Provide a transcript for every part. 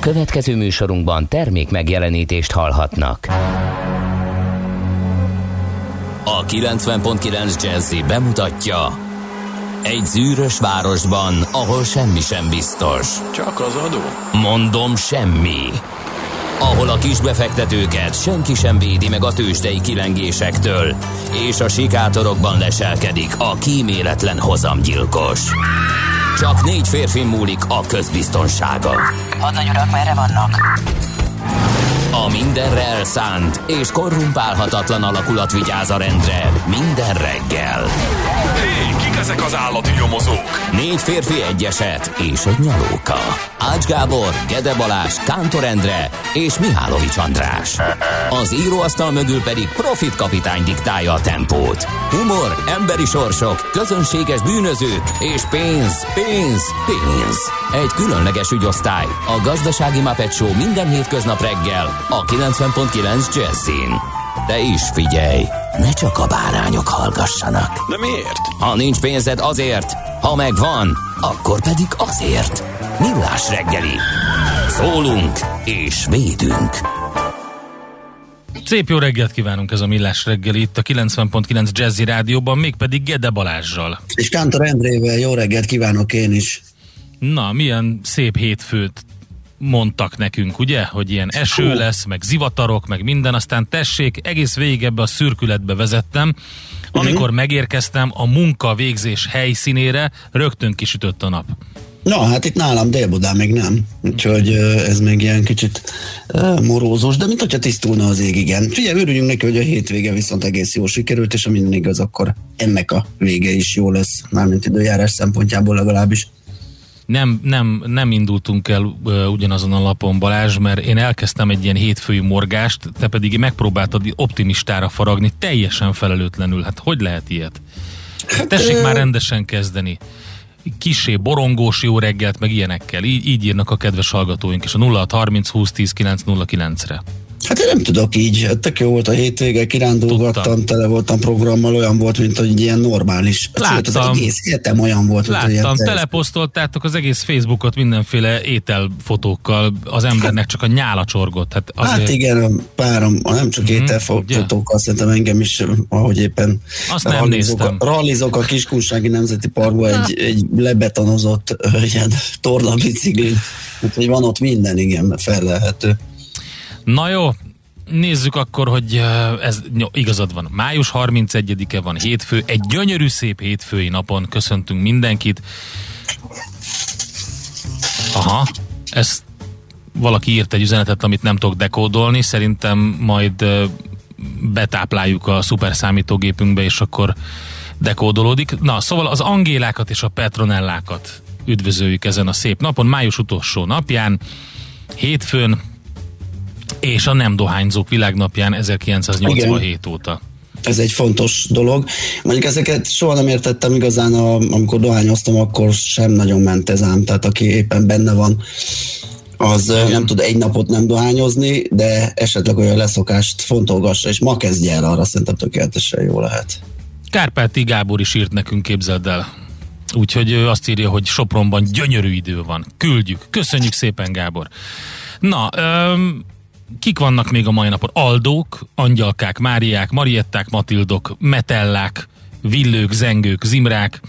Következő műsorunkban termék megjelenítést hallhatnak. A 90.9 Jazzy bemutatja: egy zűrös városban, ahol semmi sem biztos. Csak az adó? Mondom, semmi. Ahol a kisbefektetőket senki sem védi meg a tőzsdei kilengésektől, és a sikátorokban leselkedik a kíméletlen hozamgyilkos. Csak 4 férfi múlik a közbiztonsága. Hadnagy urak, merre vannak? A mindenre elszánt és korrumpálhatatlan alakulat vigyáz a rendre minden reggel. Hé, kik ezek az állati nyomozók? 4 férfi, egy eset és egy nyalóka. Ács Gábor, Gede Balázs, Kántor Endre és Mihálovics András. Az íróasztal mögül pedig Profit kapitány diktálja a tempót. Humor, emberi sorsok, közönséges bűnözők és pénz, pénz, pénz. Egy különleges ügyosztály, a Gazdasági Muppet Show minden hétköznap reggel a 90.9 Jazzyn. De is figyelj, ne csak a bárányok hallgassanak. De miért? Ha nincs pénzed, azért, ha megvan, akkor pedig azért. Millás reggeli. Szólunk és védünk. Szép jó reggelt kívánunk, ez a Millás reggeli itt a 90.9 Jazzy Rádióban, mégpedig Gede Balázsral. És Kántor Endrével jó reggelt kívánok én is. Na, milyen szép hétfőt mondtak nekünk, ugye? Hogy ilyen eső lesz, meg zivatarok, meg minden, aztán tessék, egész végig ebbe a szürkületbe vezettem. Amikor megérkeztem a munka végzés helyszínére, rögtön kisütött a nap. Na, hát itt nálam Dél-Budán még nem, úgyhogy ez még ilyen kicsit morózós, de mint hogyha tisztulna az ég, igen. Figyelj, örüljünk neki, hogy a hétvége viszont egész jól sikerült, és ha minden igaz, akkor ennek a vége is jó lesz, mármint időjárás szempontjából legalábbis. Nem indultunk el ugyanazon a lapon, Balázs, mert én elkezdtem egy ilyen hétfői morgást, te pedig megpróbáltad optimistára faragni, teljesen felelőtlenül. Hát hogy lehet ilyet? Tessék már rendesen kezdeni. Kissé borongós jó reggelt, meg ilyenekkel. Így írnak a kedves hallgatóink is a 0630 20 10 909-re. Hát én nem tudok így, tök jó volt a hétvége, kirándulgattam, tele voltam programmal, olyan volt, mint hogy ilyen normális. Láttam. Az egész hétem olyan volt. Láttam, teleposztoltátok az egész Facebookot mindenféle ételfotókkal, az embernek csak a nyála csorgott. Hát, azért... hát igen, párom, nem csak ételfotókkal, szerintem engem is, ahogy éppen rallizok a Kiskunsági Nemzeti Parkban egy lebetonozott ilyen tornabiciklin, úgyhogy van ott minden, igen, fellelhető. Na jó, nézzük akkor, hogy ez igazad van. Május 31-e van, hétfő, egy gyönyörű szép hétfői napon köszöntünk mindenkit. Aha, ezt valaki írt egy üzenetet, amit nem tudok dekódolni, szerintem majd betápláljuk a szuperszámítógépünkbe, és akkor dekódolódik. Na, szóval az Angélákat és a Petronellákat üdvözöljük ezen a szép napon, május utolsó napján, hétfőn, és a nem dohányzók világnapján 1987 igen. óta. Ez egy fontos dolog. Mondjuk ezeket soha nem értettem igazán, amikor dohányoztam, akkor sem nagyon ment ez ám. Tehát aki éppen benne van, az nem tud egy napot nem dohányozni, de esetleg olyan leszokást fontolgassa, és ma kezdje el arra, szerintem tökéletesen jó lehet. Kárpáti Gábor is írt nekünk, képzeld el. Úgyhogy ő azt írja, hogy Sopronban gyönyörű idő van. Küldjük. Köszönjük szépen, Gábor. Na, kik vannak még a mai napon? Aldók, Angyalkák, Máriák, Marietták, Matildok, Metellák, Villők, Zengők, Zimrák,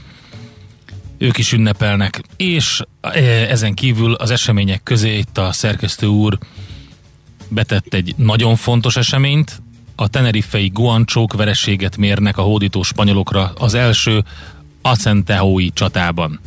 ők is ünnepelnek, és ezen kívül az események közé itt a szerkesztő úr betett egy nagyon fontos eseményt. A tenerifei guancsók vereséget mérnek a hódító spanyolokra az első Acenteói csatában.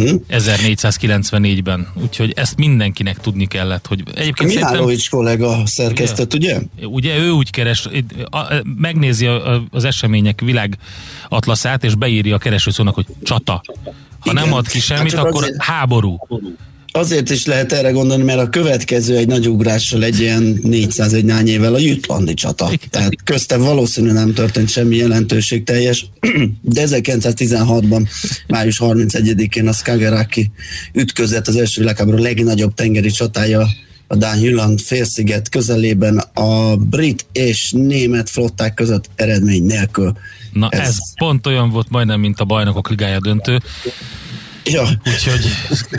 1494-ben, úgyhogy ezt mindenkinek tudni kellett, hogy egyébként Mihálovics kollega szerkesztett, ugye? Ugye ő úgy keres, megnézi az események világatlaszát, és beírja a keresőszónak, hogy csata. Ha igen, nem ad ki semmit, hát akkor azért, háború. Azért is lehet erre gondolni, mert a következő egy nagy ugrással egy ilyen 401 évvel a jutlandi csata. Igen. Tehát köztem valószínűleg nem történt semmi jelentőségteljes, de 1916-ban, május 31-én a Skagerraki ütközet, az első világháború legnagyobb tengeri csatája a Dán-Jylland félsziget közelében a brit és német flották között eredmény nélkül. Na ez pont olyan volt majdnem, mint a Bajnokok Ligája döntő. Ja. Úgyhogy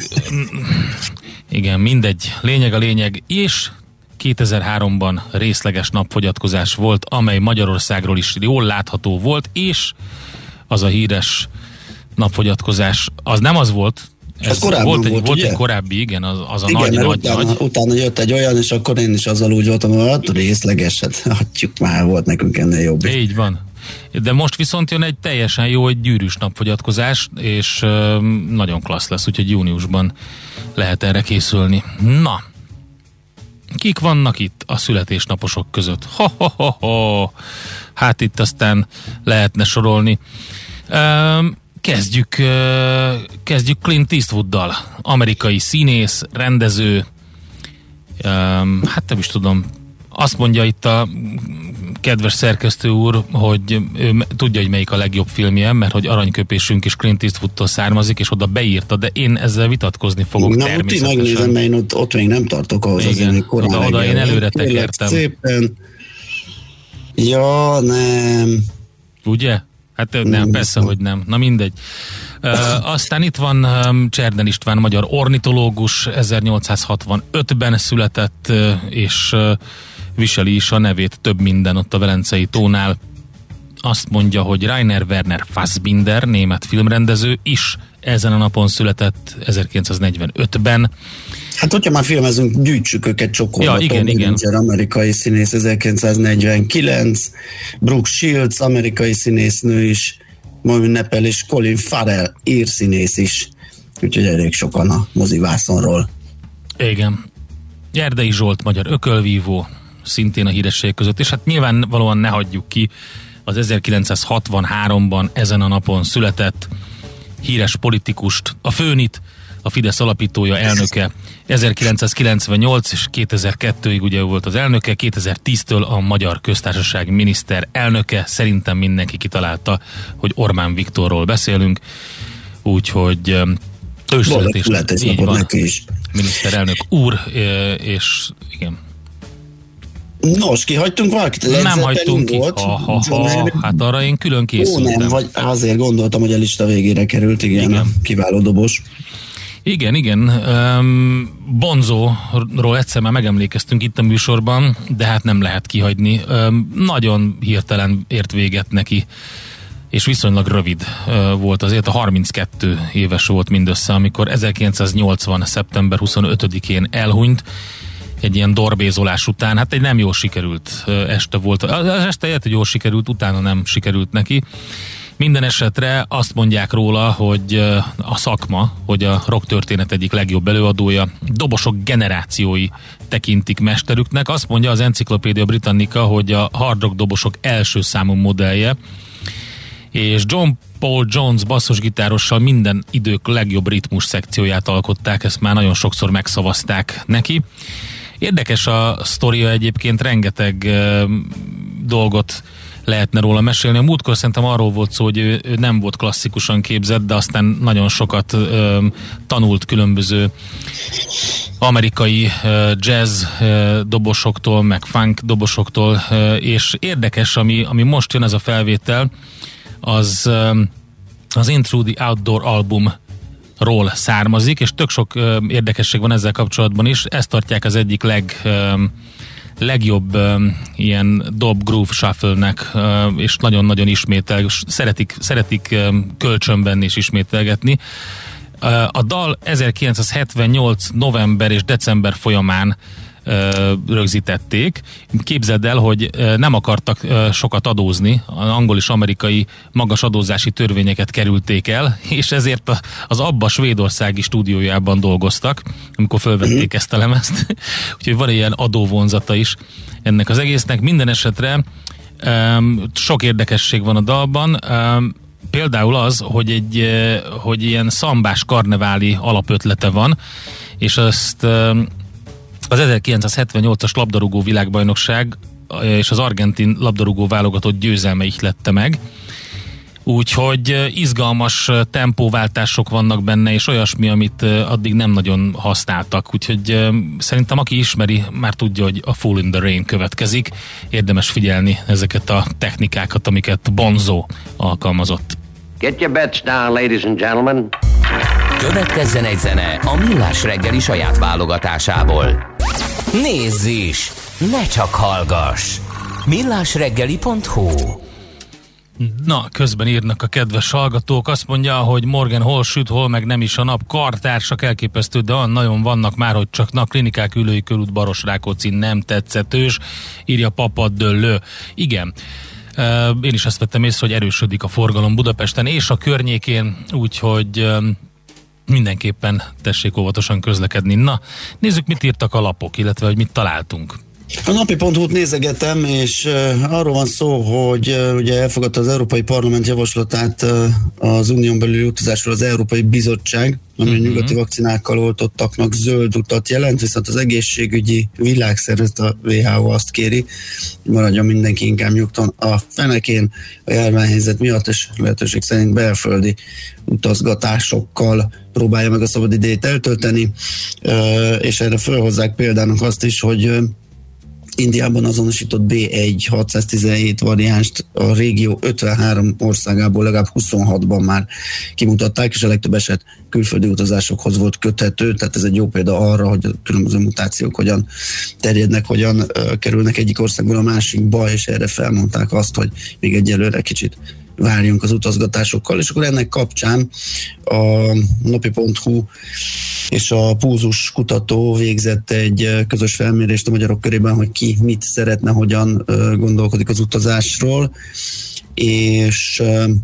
igen, mindegy. Lényeg a lényeg. És 2003-ban részleges napfogyatkozás volt, amely Magyarországról is jól látható volt, és az a híres napfogyatkozás, az nem az volt, ez volt egy korábbi, igen, az a igen, nagy. Utána jött egy olyan, és akkor én is azzal úgy voltam, hogy részlegeset, hagyjuk már, volt nekünk ennél jobb. Így van. De most viszont jön egy teljesen jó, egy gyűrűs napfogyatkozás, és nagyon klassz lesz, úgyhogy júniusban lehet erre készülni. Na, kik vannak itt a születésnaposok között? Hát itt aztán lehetne sorolni. Kezdjük Clint Eastwooddal. Amerikai színész, rendező, hát nem is tudom, azt mondja itt a kedves szerkesztő úr, hogy ő tudja, hogy melyik a legjobb filmje, mert hogy Aranyköpésünk is Clint Eastwoodtól származik, és oda beírta, de én ezzel vitatkozni fogok természetesen. Na, megnézem, mert én ott még nem tartok ahhoz, igen, azért korán oda én előre tekertem. Szépen. Ja, nem. Ugye? Hát nem, persze, hogy nem. Na mindegy. Aztán itt van Cserden István, magyar ornitológus, 1865-ben született, és viseli is a nevét több minden ott a Velencei tónál. Azt mondja, hogy Rainer Werner Fassbinder, német filmrendező is ezen a napon született 1945-ben. Hát, hogyha már filmezünk, gyűjtsük őket csokorba. Ja, igen. Amerikai színész 1949, Brooke Shields, amerikai színésznő is, ma ünnepel, és Colin Farrell, ír színész is. Úgyhogy elég sokan a mozivászonról. Igen. Erdei Zsolt, magyar ökölvívó, szintén a híresség között, és hát nyilvánvalóan ne hagyjuk ki az 1963-ban ezen a napon született híres politikust, a Főnit, a Fidesz alapítója, elnöke. 1998 és 2002-ig ugye volt az elnöke, 2010-től a Magyar Köztársaság miniszter elnöke. Szerintem mindenki kitalálta, hogy Orbán Viktorról beszélünk, úgyhogy ő születésnapot neki is. Miniszterelnök úr, és igen. Nos, kihagytunk valakit? Nem hagytunk ki. Hát arra én külön készültem. Nem, vagy azért gondoltam, hogy a lista végére került, igen. Kiváló dobos. Igen. Bonzóról egyszer már megemlékeztünk itt a műsorban, de hát nem lehet kihagyni. Nagyon hirtelen ért véget neki, és viszonylag rövid volt azért. A 32 éves volt mindössze, amikor 1980. szeptember 25-én elhunyt, egy ilyen dorbézolás után. Hát egy nem jól sikerült este volt. Az este egy jól sikerült, utána nem sikerült neki. Minden esetre azt mondják róla, hogy a szakma, hogy a rock történet egyik legjobb előadója, dobosok generációi tekintik mesterüknek. Azt mondja az Encyclopedia Britannica, hogy a hard rock dobosok első számú modellje, és John Paul Jones basszusgitárossal minden idők legjobb ritmus szekcióját alkották, ezt már nagyon sokszor megszavazták neki. Érdekes a sztoria egyébként, rengeteg dolgot lehetne róla mesélni. A múltkor szerintem arról volt szó, hogy ő nem volt klasszikusan képzett, de aztán nagyon sokat tanult különböző amerikai jazz dobosoktól, meg funk dobosoktól, és érdekes, ami most jön ez a felvétel, az In Through the Outdoor albumról származik, és tök sok érdekesség van ezzel kapcsolatban is. Ezt tartják az egyik legjobb ilyen dob groove shuffle-nek, és nagyon-nagyon ismétel, szeretik kölcsönvenni és ismételgetni. A dal 1978. november és december folyamán rögzítették. Képzeld el, hogy nem akartak sokat adózni, az angol és amerikai magas adózási törvényeket kerülték el, és ezért az ABBA svédországi stúdiójában dolgoztak, amikor fölvették ezt a lemezt. Úgyhogy van ilyen adóvonzata is ennek az egésznek. Minden esetre sok érdekesség van a dalban. Például az, hogy ilyen szambás karneváli alapötlete van, és azt az 1978-as labdarúgó világbajnokság és az argentin labdarúgó válogatott győzelme ihlette meg. Úgyhogy izgalmas tempóváltások vannak benne, és olyasmi, amit addig nem nagyon használtak. Úgyhogy szerintem aki ismeri, már tudja, hogy a Fall in the Rain következik. Érdemes figyelni ezeket a technikákat, amiket Bonzo alkalmazott. Get your bets down, ladies and gentlemen. Következzen egy zene a Millás reggeli saját válogatásából. Nézz is! Ne csak hallgass! millásreggeli.hu. Na, közben írnak a kedves hallgatók, azt mondja, hogy Morgan hol süt, hol meg nem is a nap, kartársak elképesztő, de nagyon vannak már, hogy csak na, Klinikák, Ülői körút, Baros-Rákóczi nem tetszetős, írja Papaddöllő. Igen, én is ezt vettem észre, hogy erősödik a forgalom Budapesten és a környékén, úgyhogy mindenképpen tessék óvatosan közlekedni. Na, nézzük, mit írtak a lapok, illetve hogy mit találtunk. A napi.hu-t nézegetem, és arról van szó, hogy ugye elfogadta az Európai Parlament javaslatát az unión belüli utazásról az Európai Bizottság, ami a nyugati vakcinákkal oltottaknak zöld utat jelent, viszont az egészségügyi világszervezet, a WHO azt kéri, hogy maradjon mindenki inkább nyugton a fenekén a járványhelyzet miatt, és lehetőség szerint belföldi utazgatásokkal próbálja meg a szabadidejét eltölteni, és erre felhozzák példának azt is, hogy Indiában azonosított B1.617 variánst a régió 53 országából legalább 26-ban már kimutatták, és a legtöbb eset külföldi utazásokhoz volt köthető, tehát ez egy jó példa arra, hogy a különböző mutációk hogyan terjednek, hogyan kerülnek egyik országból a másikba, és erre felmondták azt, hogy még egyelőre kicsit várjunk az utazgatásokkal, és akkor ennek kapcsán a napi.hu és a Pulzus kutató végzett egy közös felmérést a magyarok körében, hogy ki mit szeretne, hogyan gondolkodik az utazásról, és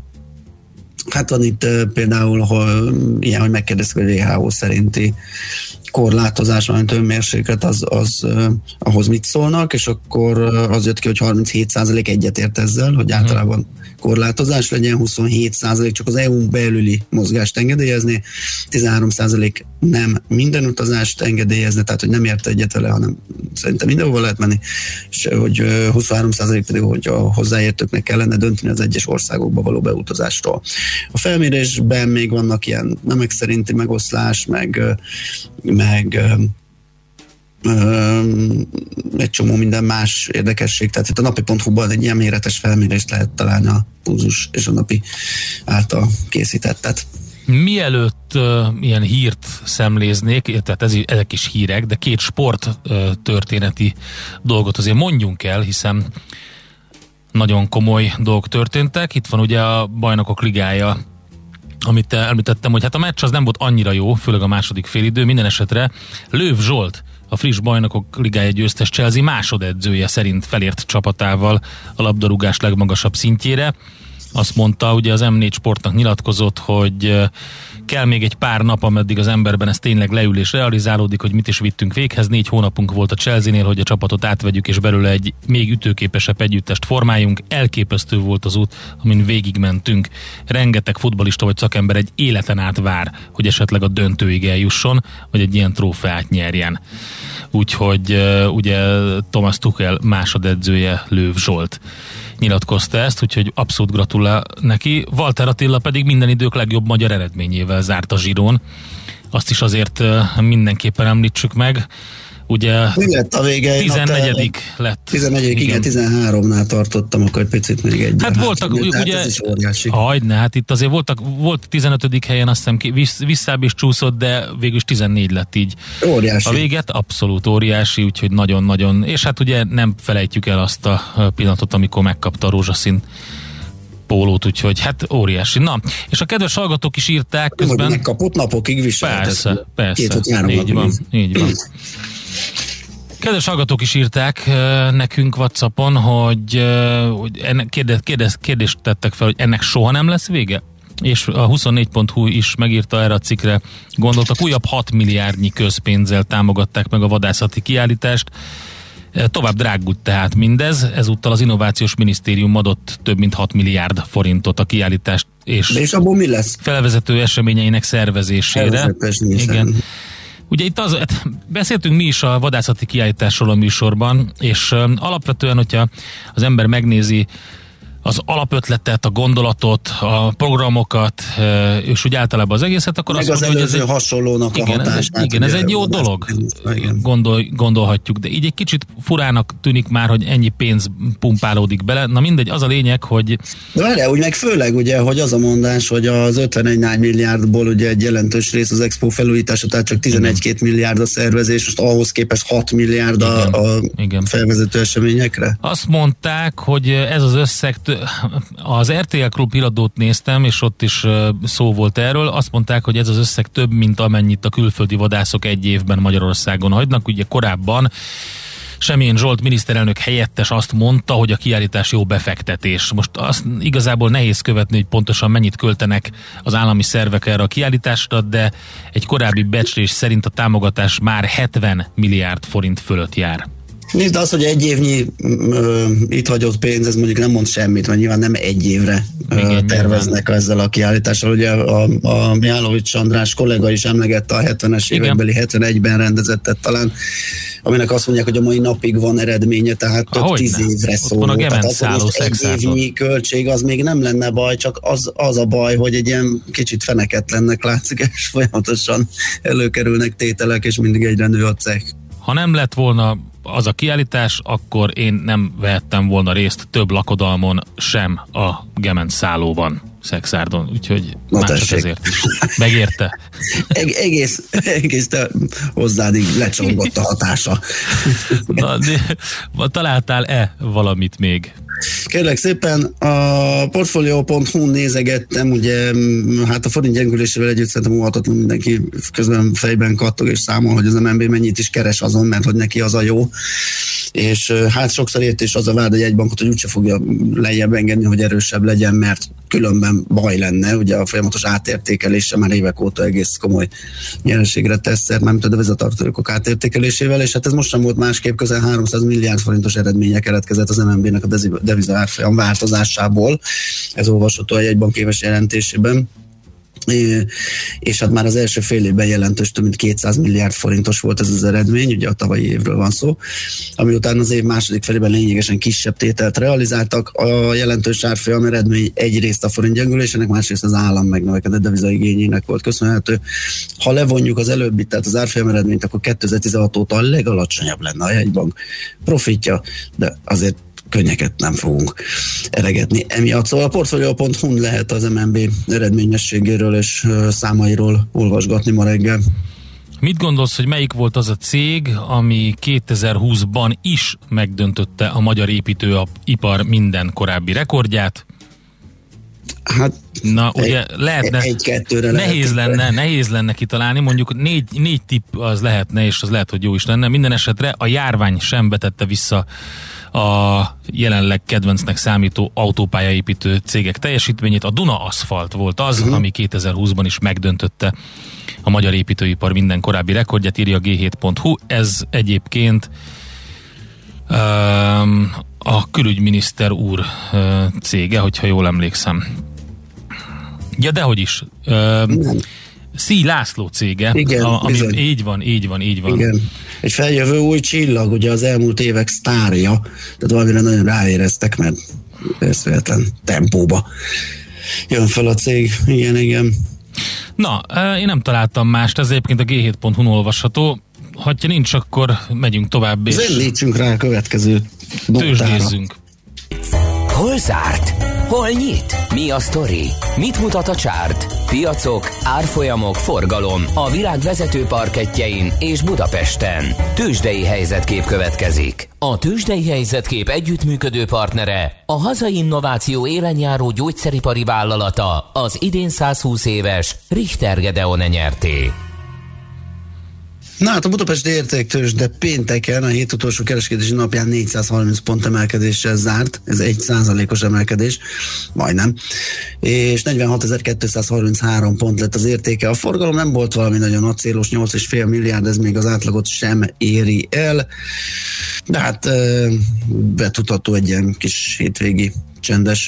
hát van itt például ilyen, hogy megkérdeztük, hogy WHO szerinti korlátozás, valamint önmérséklet, az ahhoz mit szólnak, és akkor az jött ki, hogy 37% egyetért ezzel, hogy általában korlátozás legyen, 27% csak az EU-n belüli mozgást engedélyezni, 13% nem minden utazást engedélyezne, tehát hogy nem ért egyet vele, hanem szerintem mindenhova lehet menni, és hogy 23% pedig, hogy a hozzáértőknek kellene dönteni az egyes országokba való beutazásról. A felmérésben még vannak ilyen nemek szerinti megoszlás, meg egy csomó minden más érdekesség. Tehát itt a napi.hu-ban egy ilyen méretes felmérést lehet találni a Pulzus és a Napi által készítettet. Mielőtt ilyen hírt szemléznék, tehát ezek is hírek, de két sport történeti dolgot azért mondjunk el, hiszen nagyon komoly dolgok történtek. Itt van ugye a Bajnokok Ligája, amit említettem, hogy hát a meccs az nem volt annyira jó, főleg a második félidő, minden esetre Löw Zsolt, a friss Bajnokok Ligája győztes Chelsea másodedzője szerint felért csapatával a labdarúgás legmagasabb szintjére. Azt mondta, ugye az M4 Sportnak nyilatkozott, hogy kell még egy pár nap, ameddig az emberben ez tényleg leül és realizálódik, hogy mit is vittünk véghez. 4 hónapunk volt a Chelsea-nél, hogy a csapatot átvegyük, és belőle egy még ütőképesebb együttest formáljunk. Elképesztő volt az út, amin végigmentünk. Rengeteg futballista vagy szakember egy életen át vár, hogy esetleg a döntőig eljusson, vagy egy ilyen trófeát nyerjen. Úgyhogy ugye Thomas Tuchel másodedzője Löw Zsolt nyilatkozta ezt, úgyhogy abszolút gratulál neki. Walter Attila pedig minden idők legjobb magyar eredményével zárt a Girón. Azt is azért mindenképpen említsük meg. Ugye mi lett a vége? 14. lett. 14. igen, 13-nál tartottam, akkor egy picit még egy. Hát voltak, ugye, ez is óriási. Hagyne, hát itt azért volt 15. helyen, azt hiszem visszább is csúszott, de végül is 14 lett így. Óriási. A véget abszolút óriási, úgyhogy nagyon-nagyon, és hát ugye nem felejtjük el azt a pillanatot, amikor megkapta a rózsaszín pólót, úgyhogy hát óriási. Na, és a kedves hallgatók is írták közben. Megkapott napokig viseltet. Persze, így van. Kedves hallgatók is írták nekünk WhatsAppon, hogy kérdést tettek fel, hogy ennek soha nem lesz vége? És a 24.hu is megírta erre a cikkre, gondoltak, újabb 6 milliárdnyi közpénzzel támogatták meg a vadászati kiállítást. Tovább drágult tehát mindez, ezúttal az Innovációs Minisztérium adott több mint 6 milliárd forintot a kiállítást és abból mi lesz? Felvezető eseményeinek szervezésére. Igen. Ugye itt beszéltünk mi is a vadászati kiállításról a műsorban, és alapvetően, hogyha az ember megnézi az alapötletet, a gondolatot, a programokat, és úgy általában az egészet, akkor meg azt mondja, hogy ez egy hasonlónak a hatását. Igen, ez egy jó dolog, gondolhatjuk, de így egy kicsit furának tűnik már, hogy ennyi pénz pumpálódik bele. Na mindegy, az a lényeg, hogy... De várjál, úgy meg főleg ugye, hogy az a mondás, hogy az 51 milliárdból ugye egy jelentős rész az Expo felújítása, tehát csak 11-2 milliárd a szervezés, most ahhoz képest 6 milliárd a felvezető eseményekre. Azt mondták, hogy ez az összeg, az RTL Klub híradót néztem, és ott is szó volt erről, azt mondták, hogy ez az összeg több, mint amennyit a külföldi vadászok egy évben Magyarországon hagynak. Ugye korábban Semjén Zsolt miniszterelnök helyettes azt mondta, hogy a kiállítás jó befektetés. Most azt igazából nehéz követni, hogy pontosan mennyit költenek az állami szervek erre a kiállításra, de egy korábbi becslés szerint a támogatás már 70 milliárd forint fölött jár. Nézd, de az, hogy egy évnyi itt hagyott pénz, ez mondjuk nem mond semmit, mert nyilván nem egy évre terveznek ezzel a kiállítással. Ugye a Mihálovics András kollega is emlegette a 70-es évekbeli 71-ben rendezettet talán, aminek azt mondják, hogy a mai napig van eredménye, tehát több 10 évre szól. Tehát most egy évnyi költség az még nem lenne baj, csak az a baj, hogy egy ilyen kicsit feneketlennek látszik, és folyamatosan előkerülnek tételek, és mindig egyre nő a cech. Ha nem lett volna az a kiállítás, akkor én nem vehettem volna részt több lakodalmon sem a Gement szállóban, Szekszárdon, úgyhogy már csak ezért is. Megérte? Egész te hozzád így lecsongott a hatása. Találtál-e valamit még? Kérlek szépen, a Portfolio.hu nézegettem, ugye hát a forint gyengülésével együtt szerintem óhatatlan mindenki közben fejben kattog és számol, hogy az MNB mennyit is keres azon, mert hogy neki az a jó. És hát sokszor ért is az a vád egy jegybankot, hogy úgyse fogja lejjebb engedni, hogy erősebb legyen, mert különben baj lenne, ugye a folyamatos átértékelése már évek óta egész komoly nyereségre tesz szert, mármint a devizatartalékok átértékelésével, és hát ez most sem volt másképp, közel 300 milliárd forintos eredménye keletkezett az MNB-nek a deviza árfolyam változásából. Ez olvasható a jegybank éves jelentésében. És hát már az első fél évben jelentős, több mint 200 milliárd forintos volt ez az eredmény, ugye a tavalyi évről van szó, ami után az év második felében lényegesen kisebb tételt realizáltak. A jelentős árfolyam eredmény egyrészt a forint gyengülésének, másrészt az állam megnövekedett devizaigényének volt köszönhető. Ha levonjuk az előbbit, tehát az árfolyam eredményt, akkor 2016 óta a legalacsonyabb lenne a jegybank profitja, de azért könnyeket nem fogunk eregetni emiatt. Szóval a Portfolio.hu-n lehet az MNB eredményességéről és számairól olvasgatni ma reggel. Mit gondolsz, hogy melyik volt az a cég, ami 2020-ban is megdöntötte a magyar építőipar minden korábbi rekordját? Hát na, ugye lehetne, nehéz lenne kitalálni, mondjuk négy tipp az lehetne, és az lehet, hogy jó is lenne. Minden esetre a járvány sem vetette vissza a jelenleg kedvencnek számító autópályaépítő cégek teljesítményét. A Duna Aszfalt volt az, ami 2020-ban is megdöntötte a magyar építőipar minden korábbi rekordját, írja a G7.hu. Ez egyébként a külügyminiszter úr cége, hogyha jól emlékszem. Ja, dehogy is. Szí László cége. Igen, így van. Igen. Egy feljövő új csillag, ugye az elmúlt évek sztárja, tehát valamire nagyon ráéreztek, mert eszméletlen tempóba jön fel a cég. Igen. Na, én nem találtam mást, ez egyébként a G7.hu-n olvasható. Ha nincs, akkor megyünk tovább. Zendítsünk rá a következő tőzsdézzünk. Hol zárt? Hol nyit? Mi a sztori? Mit mutat a csárt? Piacok, árfolyamok, forgalom a világ vezető parkettjein és Budapesten. Tőzsdei helyzetkép következik. A Tőzsdei helyzetkép együttműködő partnere a hazai innováció élenjáró gyógyszeripari vállalata, az idén 120 éves Richter Gedeon nyerté. Na hát a Budapesti Értéktőzsde pénteken a hét utolsó kereskedési napján 430 pont emelkedéssel zárt, ez 1%-os emelkedés, majdnem, és 46.233 pont lett az értéke. A forgalom nem volt valami nagyon acélos, 8,5 milliárd, ez még az átlagot sem éri el, de hát betudható egy ilyen kis hétvégi csendes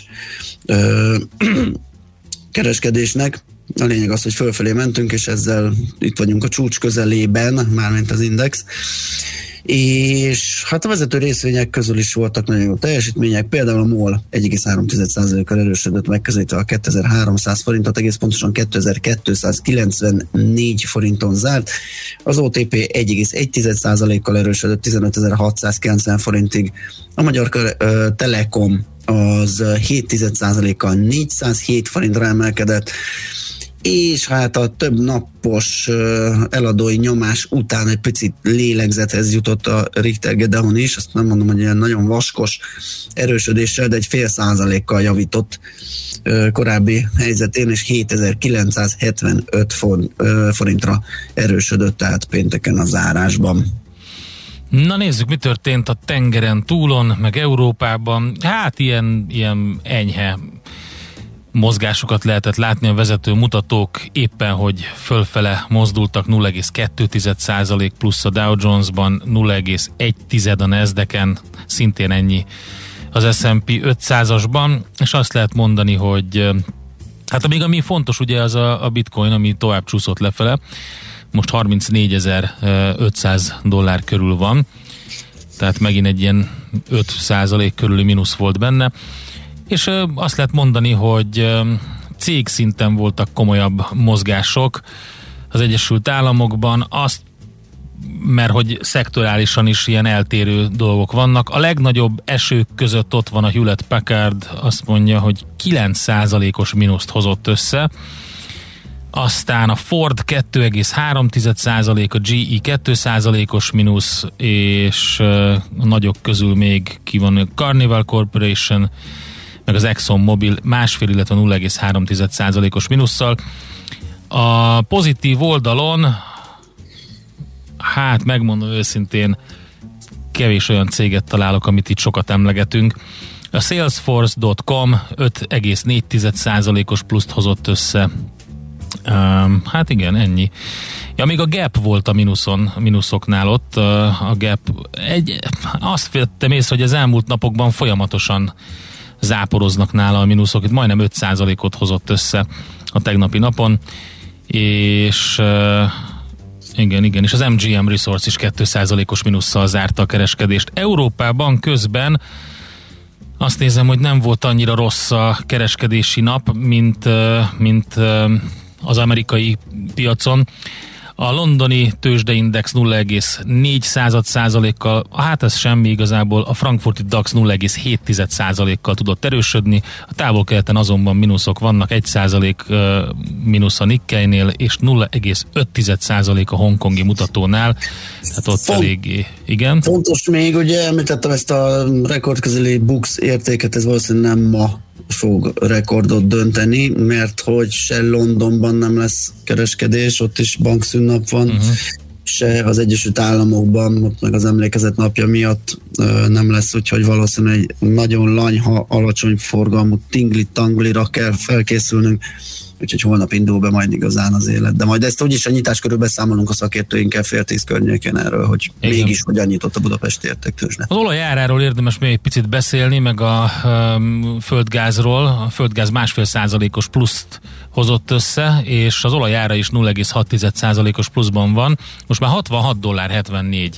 kereskedésnek. A lényeg az, hogy fölfelé mentünk, és ezzel itt vagyunk a csúcs közelében, mármint az index. és hát a vezető részvények közül is voltak nagyon jó teljesítmények, például a MOL 1,3%-kal erősödött, megközelítve a 2300 forintot, egész pontosan 2294 forinton zárt, az OTP 1,1%-kal erősödött 15.690 forintig, a Magyar Telekom az 7,1%-kal 407 forintra emelkedett, és hát a több napos eladói nyomás után egy picit lélegzethez jutott a Richter Gedeon is, azt nem mondom, hogy ilyen nagyon vaskos erősödéssel, de egy 0,5%-kal javított korábbi helyzetén, és 7975 forintra erősödött, tehát pénteken a zárásban. Na nézzük, mi történt a tengeren túlon, meg Európában. Hát ilyen enyhe mozgásokat lehetett látni, a vezető mutatók éppen, hogy fölfele mozdultak, 0,2% plusz a Dow Jonesban, 0,1 a Nasdaqen, szintén ennyi az S&P 500-asban, és azt lehet mondani, hogy hát még ami fontos ugye az a bitcoin, ami tovább csúszott lefele, most $34,500 körül van, tehát megint egy ilyen 5% körüli mínusz volt benne, és azt lehet mondani, hogy cég szinten voltak komolyabb mozgások az Egyesült Államokban, mert hogy szektorálisan is ilyen eltérő dolgok vannak. A legnagyobb esők között ott van a Hewlett Packard, azt mondja, hogy 9%-os mínuszt hozott össze, aztán a Ford 2,3%, a GE 2%-os mínusz, és a nagyok közül még ki van a Carnival Corporation, meg az Exxon Mobil 1,5, illetve 0,3%-os mínusszal. A pozitív oldalon, hát megmondom őszintén, kevés olyan céget találok, amit itt sokat emlegetünk. A Salesforce.com 5,4%-os pluszt hozott össze. Hát igen, ennyi. Ja, még a Gap volt a mínuszoknál ott, a Gap. Azt vettem észre, hogy az elmúlt napokban folyamatosan záporoznak nála a mínuszok, itt majdnem 5%-ot hozott össze a tegnapi napon, és igen, és az MGM Resource is 2%-os mínusszal zárta a kereskedést. Európában közben azt nézem, hogy nem volt annyira rossz a kereskedési nap, mint az amerikai piacon. A londoni tőzsdeindex 0,4%-kal, hát ez semmi igazából, a frankfurti DAX 0,7%-kal tudott erősödni, a távol-keleten azonban mínuszok vannak, 1% mínusz a Nikkeinél, és 0,5% a hongkongi mutatónál, tehát ott eléggé, igen. Fontos még, ugye említettem ezt a rekordközeli Bux értéket, ez valószínűleg nem ma fog rekordot dönteni, mert hogy se Londonban nem lesz kereskedés, ott is bankszünnap van, se az Egyesült Államokban, ott meg az emlékezet napja miatt nem lesz, úgyhogy valószínűleg egy nagyon lanyha, alacsony forgalmú tingli-tanglira kell felkészülnünk, úgyhogy holnap indul be majd igazán az élet. De majd ezt úgyis a nyitás körül beszámolunk a szakértőinkkel 9:30 környékén erről, hogy igen, mégis hogyan nyitott a Budapesti Értéktőzsde. Az olajáráról érdemes még egy picit beszélni, meg a földgázról. A földgáz 1,5%-os pluszt hozott össze, és az olajára is 0,6%-os pluszban van. Most már $66.74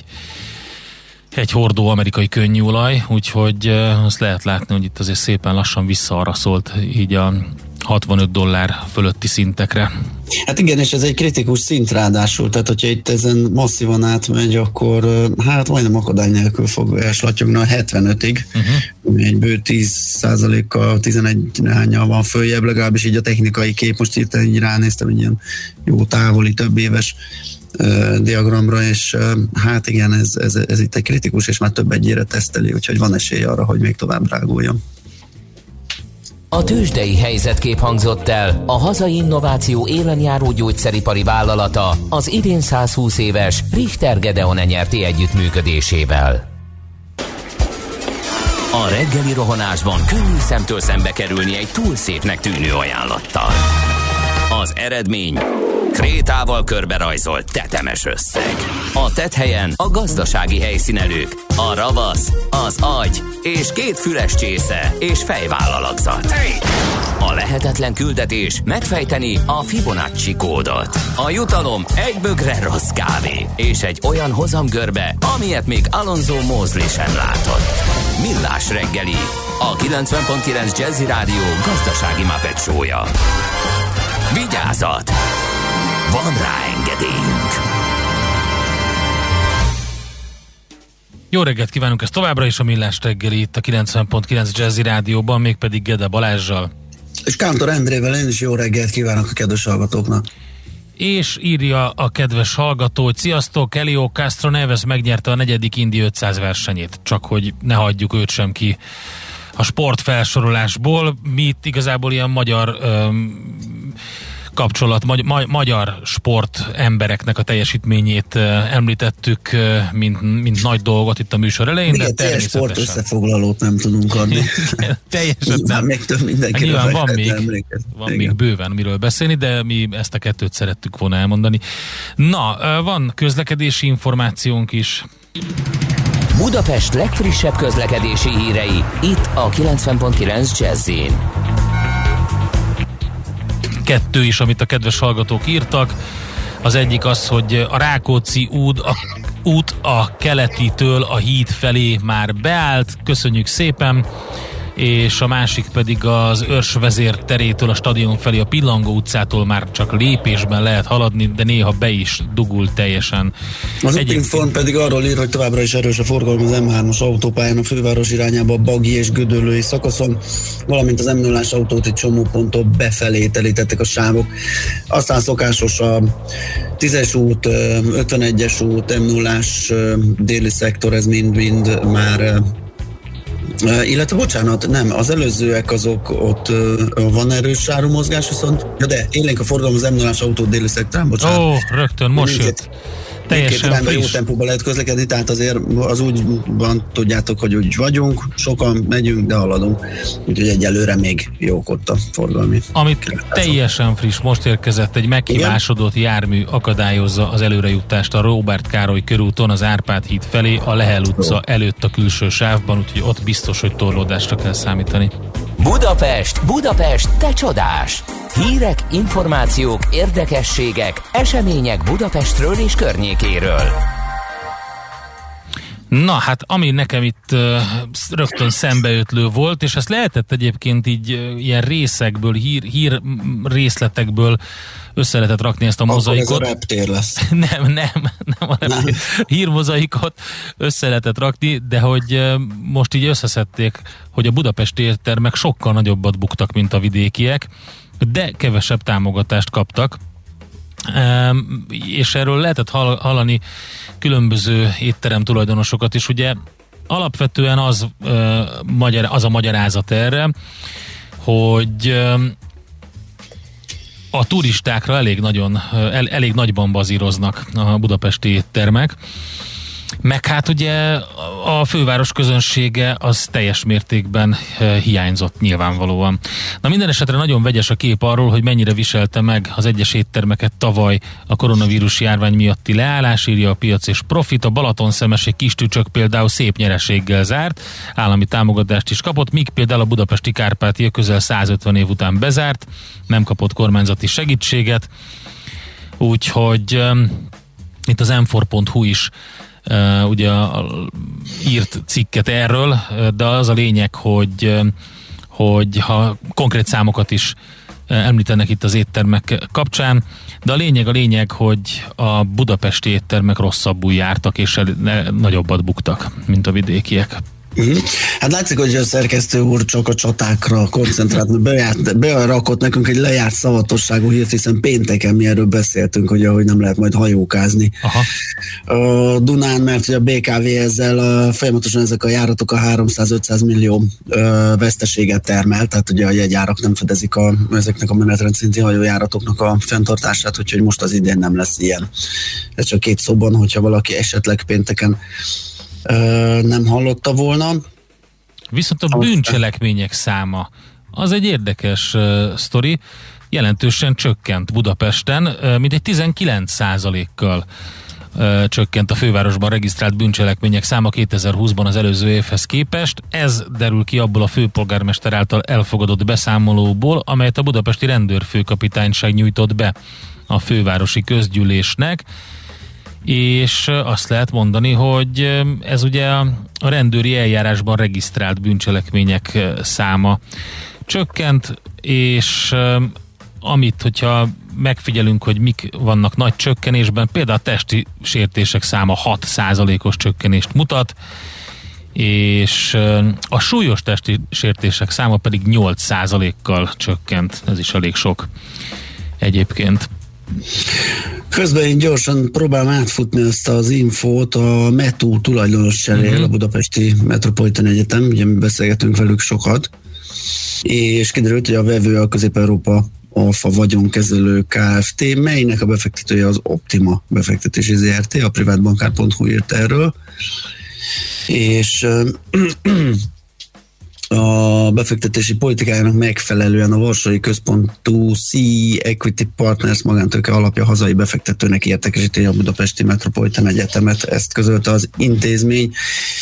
egy hordó amerikai könnyűolaj, úgyhogy azt lehet látni, hogy itt azért szépen lassan visszaaraszolt így a $65 fölötti szintekre. Hát igen, és ez egy kritikus szint ráadásul, tehát hogyha itt ezen masszívan átmegy, akkor hát majdnem akadály nélkül fog elslatyogni a 75-ig, ami egy bő 10%-kal, 11-néhányal van följebb, legalábbis így a technikai kép, most hirtelen így ránéztem egy ilyen jó távoli, több éves diagramra, és hát igen, ez itt egy kritikus, és már több egyére teszteli, úgyhogy van esély arra, hogy még tovább dráguljon. A tőzsdei helyzetkép hangzott el a hazai innováció élenjáró gyógyszeripari vállalata az idén 120 éves Richter Gedeon nyerti együttműködésével. A reggeli rohanásban könnyű szemtől szembe kerülni egy túl szépnek tűnő ajánlattal. Az eredmény krétával körberajzolt tetemes összeg. A tetthelyen a gazdasági helyszínelők, a ravasz, az agy és 2 füles csésze és fejvállalakzat. A lehetetlen küldetés megfejteni a Fibonacci kódot. A jutalom egy bögre rossz kávé és egy olyan hozamgörbe, amilyet még Alonso Mosley sem látott. Millás reggeli, a 90.9 Jazzy Rádió gazdasági Muppet show-ja. Vigyázat! Van rá engedélyünk! Jó reggelt kívánunk, ez továbbra is a Millás reggeli itt a 90.9 Jazzy Rádióban, mégpedig Gede Balázssal. És Kántor Endrével én is jó reggelt kívánok a kedves hallgatóknak. És írja a kedves hallgató, hogy sziasztok, Elio Castro Neves megnyerte a 4. Indy 500 versenyét, csak hogy ne hagyjuk őt sem ki a sportfelsorolásból. Mi itt igazából ilyen magyar kapcsolat, magyar sport embereknek a teljesítményét említettük, mint nagy dolgot itt a műsor elején. Igen, teljes sport összefoglalót nem tudunk adni. Teljesen nem. Még több mindenkire. Nyilván van még bőven miről beszélni, de mi ezt a 2-t szerettük volna elmondani. Na, van közlekedési információnk is. Budapest legfrissebb közlekedési hírei, itt a 90.9 Jazzyn. 2 is, amit a kedves hallgatók írtak. Az egyik az, hogy a Rákóczi út a keletitől a híd felé már beállt, köszönjük szépen, és a másik pedig az Őrsvezér terétől a stadion felé a Pillangó utcától már csak lépésben lehet haladni, de néha be is dugul teljesen. Az Utinform pedig arról ír, hogy továbbra is erős a forgalom az M3-as autópályán a főváros irányába a Bagi és Gödöllői szakaszon, valamint az M0-ás autót csomó ponttól befelé telítettek a sávok. Aztán szokásos a 10-es út, 51-es út, M0-ás déli szektor, ez mind már illetve bocsánat, nem, az előzőek azok ott van erős árumozgás, viszont de élénk a forgalom az M0-ás autó déli szektorán, bocsánat. Rögtön most jött. Teljesen friss. Jó tempóban lehet közlekedni, tehát azért az úgy van, tudjátok, hogy úgy vagyunk, sokan megyünk, de haladunk. Úgyhogy egyelőre még jók ott a forgalmi. Amit teljesen friss, most érkezett, egy meghibásodott jármű akadályozza az előrejutást a Róbert Károly körúton az Árpád híd felé, a Lehel utca előtt a külső sávban, úgyhogy ott biztos, hogy torlódásra kell számítani. Budapest, te csodás! Hírek, információk, érdekességek, események Budapestről és környékéről. Na hát, ami nekem itt rögtön szembeötlő volt, és ezt lehetett egyébként így ilyen részekből, hír részletekből össze lehetett rakni ezt a mozaikot. Akkor ez a reptér lesz. Nem a reptér. Hírmozaikot össze lehetett rakni, de hogy most így összeszedték, hogy a budapesti éttermek sokkal nagyobbat buktak, mint a vidékiek, de kevesebb támogatást kaptak. És erről lehetett hallani különböző étterem tulajdonosokat is. Ugye alapvetően az a magyarázat erre, hogy a turistákra elég nagyban bazíroznak a budapesti éttermek, meg hát ugye a főváros közönsége az teljes mértékben hiányzott nyilvánvalóan. Na minden esetre nagyon vegyes a kép arról, hogy mennyire viselte meg az egyes éttermeket tavaly a koronavírus járvány miatti leállás, írja a Piac és Profit. A Balatonszemesi Kistücsök például szép nyereséggel zárt, állami támogatást is kapott, míg például a budapesti Kárpátia közel 150 év után bezárt, nem kapott kormányzati segítséget, úgyhogy itt az m4.hu is ugye írt cikket erről, de az a lényeg, hogy ha konkrét számokat is említenek itt az éttermek kapcsán, de a lényeg, hogy a budapesti éttermek rosszabbul jártak, és nagyobbat buktak, mint a vidékiek. Hát látszik, hogy a szerkesztő úr csak a csatákra koncentrált, berakott nekünk egy lejárt szavatosságú hírt, hiszen pénteken mi erről beszéltünk, hogy nem lehet majd hajókázni a Dunán, mert hogy a BKV ezzel folyamatosan ezek a járatok a 300-500 millió veszteséget termel, tehát ugye a jegyárak nem fedezik ezeknek a menetrendszinti hajójáratoknak a fenntartását, úgyhogy most az idén nem lesz ilyen. Ez csak 2 szóban, hogyha valaki esetleg pénteken nem hallotta volna. Viszont a bűncselekmények száma az egy érdekes sztori. jelentősen csökkent Budapesten, mintegy 19%-kal csökkent a fővárosban regisztrált bűncselekmények száma 2020-ban az előző évhez képest. Ez derül ki abból a főpolgármester által elfogadott beszámolóból, amelyet a budapesti rendőrfőkapitányság nyújtott be a fővárosi közgyűlésnek, és azt lehet mondani, hogy ez ugye a rendőri eljárásban regisztrált bűncselekmények száma csökkent, és amit, hogyha megfigyelünk, hogy mik vannak nagy csökkenésben, például a testi sértések száma 6%-os csökkenést mutat, és a súlyos testi sértések száma pedig 8%-kal csökkent. Ez is elég sok egyébként. Közben én gyorsan próbálom átfutni ezt az infót. A METU tulajdonos cserél, a Budapesti Metropolitan Egyetem, ugye mi beszélgetünk velük sokat, és kiderült, hogy a vevő a Közép-Európa Alfa vagyonkezelő Kft., melynek a befektetője az Optima befektetési ZRT, a privátbankár.hu írt erről, és a befektetési politikájának megfelelően a Varsói Központú C-Equity Partners magántőke alapja hazai befektetőnek értékesíti a Budapesti Metropolitan Egyetemet, ezt közölte az intézmény.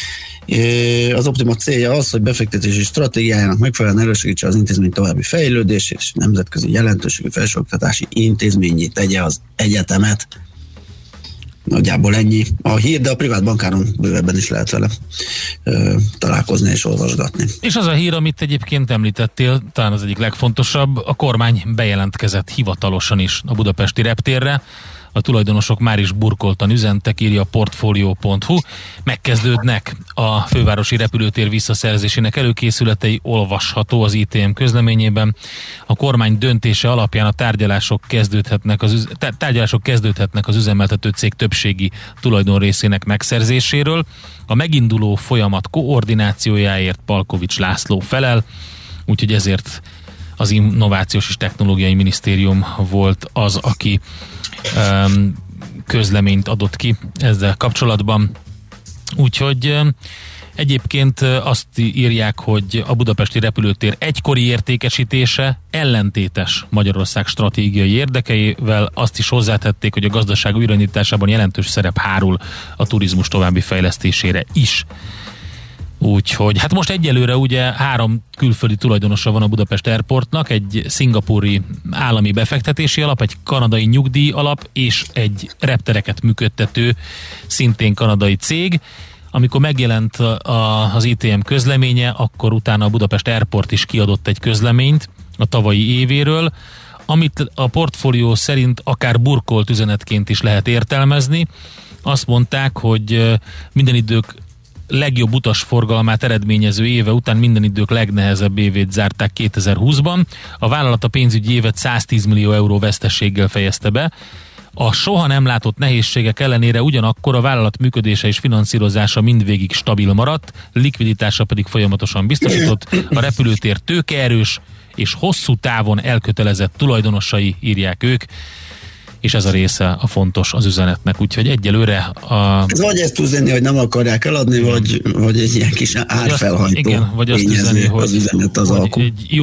Az Optima célja az, hogy befektetési stratégiájának megfelelően elősegítse az intézmény további fejlődését, és nemzetközi jelentőségű felsőoktatási intézményé tegye az egyetemet. Nagyjából ennyi a hír, de a privát bankáron bővebben is lehet vele találkozni és olvasgatni. És az a hír, amit egyébként említettél, talán az egyik legfontosabb, a kormány bejelentkezett hivatalosan is a budapesti reptérre. A tulajdonosok már is burkoltan üzentek, írja a portfolio.hu. Megkezdődnek a fővárosi repülőtér visszaszerzésének előkészületei, olvasható az ITM közleményében. A kormány döntése alapján a tárgyalások kezdődhetnek az üzemeltető cég többségi tulajdonrészének megszerzéséről. A meginduló folyamat koordinációjáért Palkovics László felel, úgyhogy ezért az Innovációs és Technológiai Minisztérium volt az, aki közleményt adott ki ezzel kapcsolatban. Úgyhogy egyébként azt írják, hogy a budapesti repülőtér egykori értékesítése ellentétes Magyarország stratégiai érdekeivel. Azt is hozzátették, hogy a gazdaság újraindításában jelentős szerep hárul a turizmus további fejlesztésére is. Úgyhogy hát most egyelőre ugye 3 külföldi tulajdonosa van a Budapest Airportnak, egy szingapúri állami befektetési alap, egy kanadai nyugdíj alap és egy reptereket működtető, szintén kanadai cég. Amikor megjelent az ITM közleménye, akkor utána a Budapest Airport is kiadott egy közleményt a tavalyi évéről, amit a portfólió szerint akár burkolt üzenetként is lehet értelmezni. Azt mondták, hogy minden idők legjobb utasforgalmát eredményező éve után minden idők legnehezebb évét zárták 2020-ban. A vállalat a pénzügyi évet 110 millió euró veszteséggel fejezte be. A soha nem látott nehézségek ellenére ugyanakkor a vállalat működése és finanszírozása mindvégig stabil maradt, likviditása pedig folyamatosan biztosított. A repülőtér tőkeerős és hosszú távon elkötelezett tulajdonosai, írják ők, és ez a része a fontos az üzenetnek, úgyhogy egyelőre vagy ezt üzenni, hogy nem akarják eladni, vagy egy ilyen kis árfelhajtó. Igen, vagy azt üzenni, hogy az üzenet az alkú. Egy jó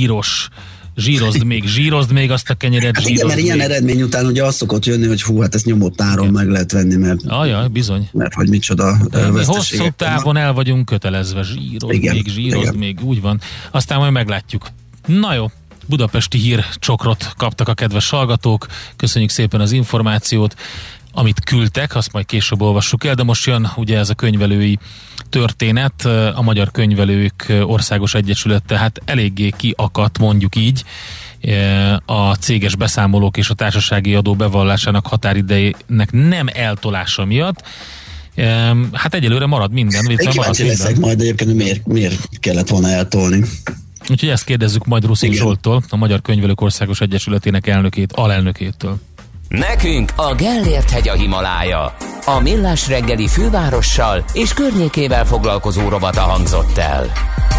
zsírozd még azt a kenyeret. Hát igen, mert ilyen eredmény után ugye az szokott jönni, hogy hú, hát ezt nyomott áron meg lehet venni, mert bizony. Mert hogy micsoda veszteségek. Hosszú távon el vagyunk kötelezve, zsírozd még, úgy van. Aztán majd meglátjuk. Na jó. Budapesti hírcsokrot kaptak a kedves hallgatók. Köszönjük szépen az információt, amit küldtek, azt majd később olvassuk el, de most jön ugye ez a könyvelői történet. A Magyar Könyvelők Országos Egyesülete hát eléggé kiakadt, mondjuk így, a céges beszámolók és a társasági adó bevallásának határidejének nem eltolása miatt. Hát egyelőre marad minden. Kíváncsi leszek majd egyébként, miért kellett volna eltolni. Úgyhogy ezt kérdezzük majd Ruszin Zsolttól, a Magyar Könyvelők Országos Egyesületének alelnökétől. Nekünk a Gellért-hegy a Himalája. A Millás reggeli fővárossal és környékével foglalkozó rovata hangzott el.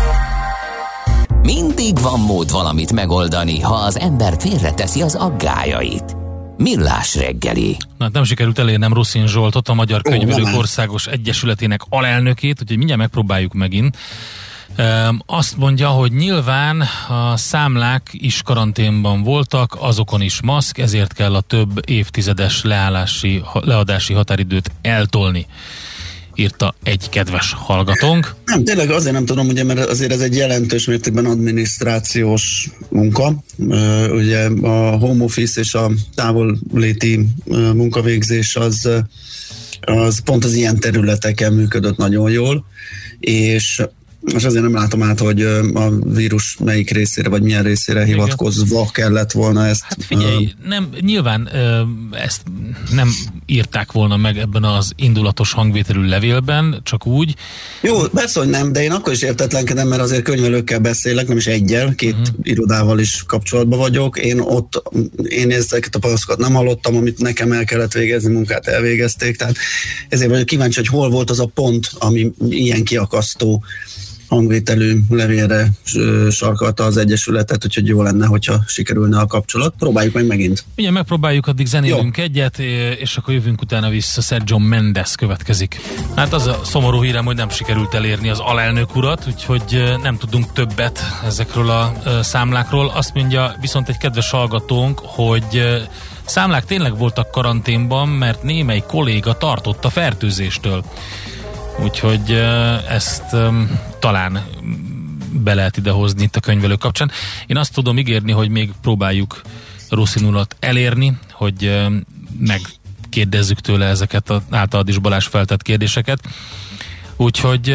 Mindig van mód valamit megoldani, ha az ember félreteszi az aggályait. Millás reggeli. Na, nem sikerült elérnem Ruszin Zsoltot, a Magyar Könyvelők Országos Egyesületének alelnökét, úgyhogy mindjárt megpróbáljuk megint. Azt mondja, hogy nyilván a számlák is karanténban voltak, azokon is maszk, ezért kell a több évtizedes leadási határidőt eltolni, írta egy kedves hallgatónk. Nem, tényleg azért nem tudom, ugye, mert azért ez egy jelentős mértékben adminisztrációs munka. Ugye a home office és a távolléti munkavégzés az pont az ilyen területeken működött nagyon jól, és azért nem látom át, hogy a vírus melyik részére, vagy milyen részére hivatkozva kellett volna ezt. Hát figyelj, nyilván ezt nem írták volna meg ebben az indulatos hangvételű levélben, csak úgy. Jó, persze, hogy nem, de én akkor is értetlenkedem, mert azért könyvelőkkel beszélek, nem is egyel, két irodával is kapcsolatban vagyok. Én ezeket a panaszokat nem hallottam, amit nekem el kellett végezni, munkát elvégezték, tehát ezért vagyok kíváncsi, hogy hol volt az a pont, ami ilyen kiakasztó hangvételű levélre sarkalta az Egyesületet, úgyhogy jó lenne, hogyha sikerülne a kapcsolat. Próbáljuk meg megint. Ugye megpróbáljuk, addig zenélünk egyet, és akkor jövünk utána vissza. Sergio Mendes következik. Hát az a szomorú hírem, hogy nem sikerült elérni az alelnök urat, úgyhogy nem tudunk többet ezekről a számlákról. Azt mondja viszont egy kedves hallgatónk, hogy számlák tényleg voltak karanténban, mert némely kolléga tartott a fertőzéstől. Úgyhogy ezt talán be lehet idehozni itt a könyvelő kapcsán. Én azt tudom ígérni, hogy még próbáljuk Ruszin urat elérni, hogy megkérdezzük tőle ezeket az általad is Balázs feltett kérdéseket. Úgyhogy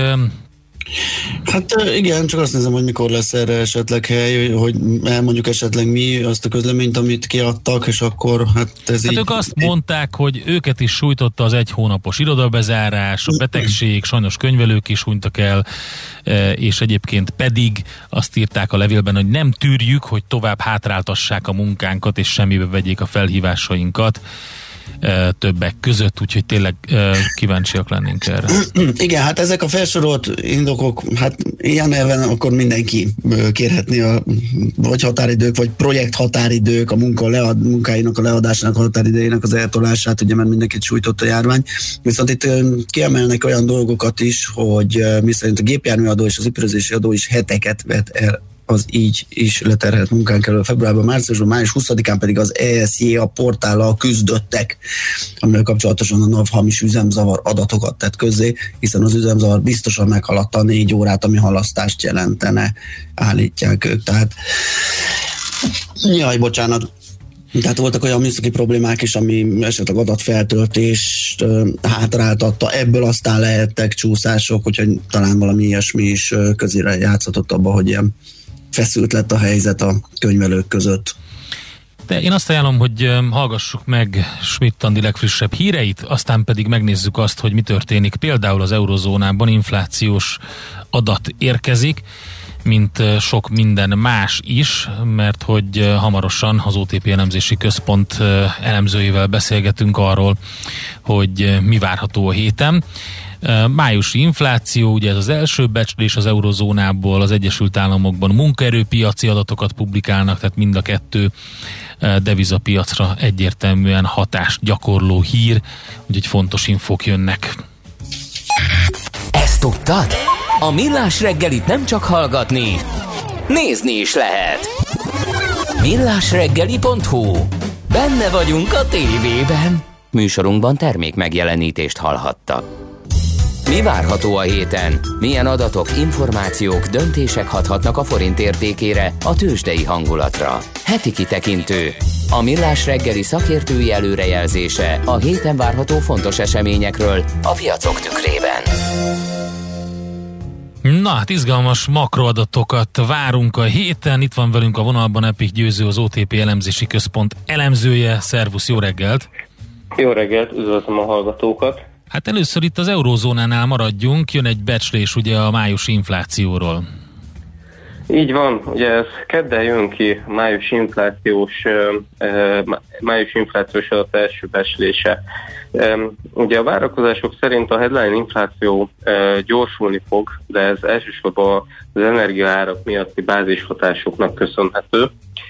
hát igen, csak azt nézem, hogy mikor lesz erre esetleg hely, hogy elmondjuk esetleg mi azt a közleményt, amit kiadtak, és akkor ez így... ők azt mondták, hogy őket is sújtotta az 1 hónapos irodabezárás, a betegség, sajnos könyvelők is hunytak el, és egyébként pedig azt írták a levélben, hogy nem tűrjük, hogy tovább hátráltassák a munkánkat, és semmibe vegyék a felhívásainkat többek között, úgyhogy tényleg kíváncsiak lennénk erre. Igen, hát ezek a felsorolt indokok, hát ilyen elven akkor mindenki kérhetné vagy határidők, vagy projekt határidők, a munkáinak a leadásának határidejének az eltolását, ugye, mert mindenkit sújtott a járvány. Viszont itt kiemelnek olyan dolgokat is, hogy miszerint a gépjárműadó és az üprözési adó is heteket vett el az így is leterhelt munkánk elől februárban, márciusban, május 20-án pedig az ESJA portállal küzdöttek, amivel kapcsolatosan a NAV hamis üzemzavar adatokat tett közzé, hiszen az üzemzavar biztosan meghaladta a 4 órát, ami halasztást jelentene, állítják ők. Tehát jaj, bocsánat. Tehát voltak olyan műszaki problémák is, ami esetleg adatfeltöltést hátráltatta, ebből aztán lehettek csúszások, úgyhogy talán valami ilyesmi is közére játszhatott abba, hogy ilyen feszült lett a helyzet a könyvelők között. De én azt ajánlom, hogy hallgassuk meg Schmidt-Andi legfrissebb híreit, aztán pedig megnézzük azt, hogy mi történik. Például az eurozónában inflációs adat érkezik, mint sok minden más is, mert hogy hamarosan az OTP elemzési központ elemzőivel beszélgetünk arról, hogy mi várható a héten. Májusi infláció, ugye ez az első becslés az eurozónából, az Egyesült Államokban munkaerőpiaci adatokat publikálnak, tehát mind a kettő devizapiacra egyértelműen hatást gyakorló hír, úgyhogy fontos infók jönnek. Ezt tudtad? A Millás reggelit nem csak hallgatni, nézni is lehet. millásreggeli.hu. Benne vagyunk a tévében. Műsorunkban termék megjelenítést hallhattak. Mi várható a héten? Milyen adatok, információk, döntések hathatnak a forint értékére, a tőzsdei hangulatra? Heti kitekintő. A Millás reggeli szakértői előrejelzése a héten várható fontos eseményekről a piacok tükrében. Na hát izgalmas makroadatokat várunk a héten. Itt van velünk a vonalban Epik Győző, az OTP elemzési központ elemzője. Szervusz, jó reggelt! Jó reggelt, üdvözlöm a hallgatókat! Hát először itt az eurózónánál maradjunk, jön egy becslés ugye a májusi inflációról. Így van, ugye ez kedden jön ki május inflációs adat első becslése. Ugye a várakozások szerint a headline infláció gyorsulni fog, de ez elsősorban az energiaárak miatti bázishatásoknak köszönhető.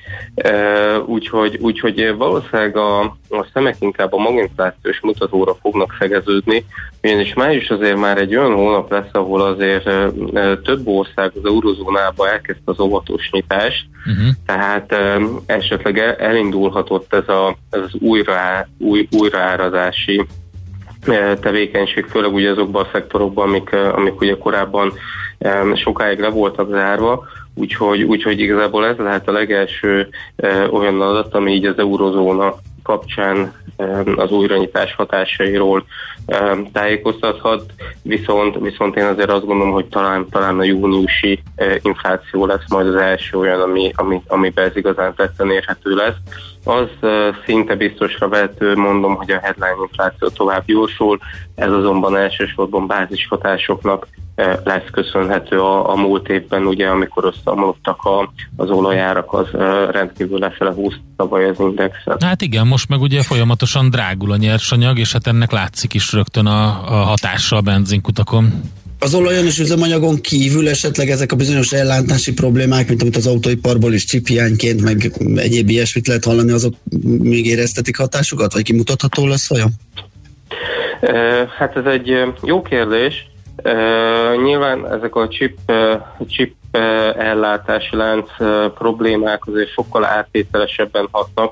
Úgyhogy valószínűleg a szemek inkább a maginflációs mutatóra fognak szegeződni, ugyanis május azért már egy olyan hónap lesz, ahol azért több ország az eurozónába elkezdte az óvatos nyitást, tehát esetleg elindulhatott ez az újraárazási tevékenység, főleg ugye azokban a szektorokban, amik ugye korábban sokáig le voltak zárva, úgyhogy igazából ez lehet a legelső olyan adat, ami így az eurozóna kapcsán az újranyitás hatásairól tájékoztathat, viszont én azért azt gondolom, hogy talán a júniusi infláció lesz majd az első olyan, amiben ez igazán tetten érhető lesz. Az szinte biztosra vehető, mondom, hogy a headline infláció tovább gyorsul, ez azonban elsősorban bázishatásoknak lesz köszönhető a múlt évben, ugye, amikor összeomlottak az olajárak, az rendkívül lefele húzta tavaly az indexet. Hát igen, most meg ugye folyamatosan drágul a nyersanyag, és hát ennek látszik is rögtön a hatása a benzinkutakon. Az olajon és üzemanyagon kívül esetleg ezek a bizonyos ellátási problémák, mint amit az autóiparból is chiphiányként, meg egyéb ilyesmit lehet hallani, azok még éreztetik hatásukat, vagy kimutatható lesz vajon? Hát ez egy jó kérdés. Nyilván ezek a chip ellátási lánc problémák azért sokkal áttételesebben hatnak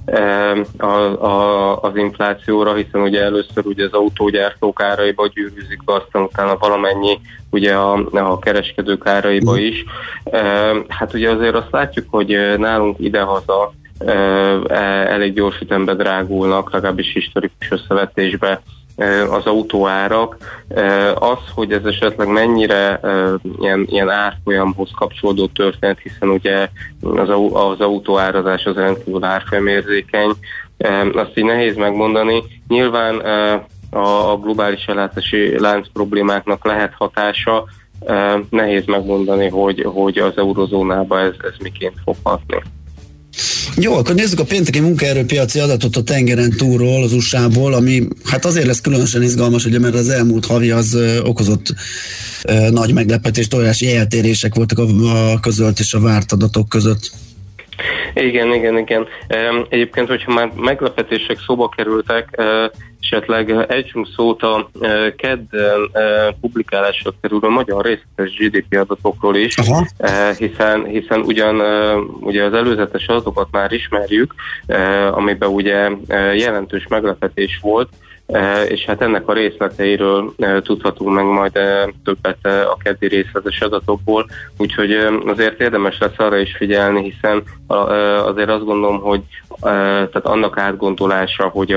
az inflációra, hiszen ugye először ugye az autógyártók áraiba gyűrűzik be, aztán utána valamennyi ugye a kereskedők áraiba is. Hát ugye azért azt látjuk, hogy nálunk idehaza elég gyors ütemben drágulnak, legalábbis historikus összevetésben az autóárak. Az, hogy ez esetleg mennyire ilyen árfolyamhoz kapcsolódó történet, hiszen ugye az autóárazás az rendkívül árfolyamérzékeny, azt így nehéz megmondani. Nyilván a globális ellátási lánc problémáknak lehet hatása, nehéz megmondani, hogy az eurozónában ez miként fog hatni. Jó, akkor nézzük a pénteki munkaerőpiaci adatot a tengeren túlról, az USA-ból, ami hát azért lesz különösen izgalmas, ugye, mert az elmúlt havi az okozott nagy meglepetést, óriási eltérések voltak a közölt és a várt adatok között. Igen. Egyébként, hogyha már meglepetések szóba kerültek, esetleg ejtsünk szót a kedden publikálásra kerülő magyar részletes GDP adatokról is, hiszen ugye az előzetes adatokat már ismerjük, amiben ugye jelentős meglepetés volt, és hát ennek a részleteiről tudhatunk meg majd többet a keddi részletes adatokból, úgyhogy azért érdemes lesz arra is figyelni, hiszen azért azt gondolom, hogy tehát annak átgondolása, hogy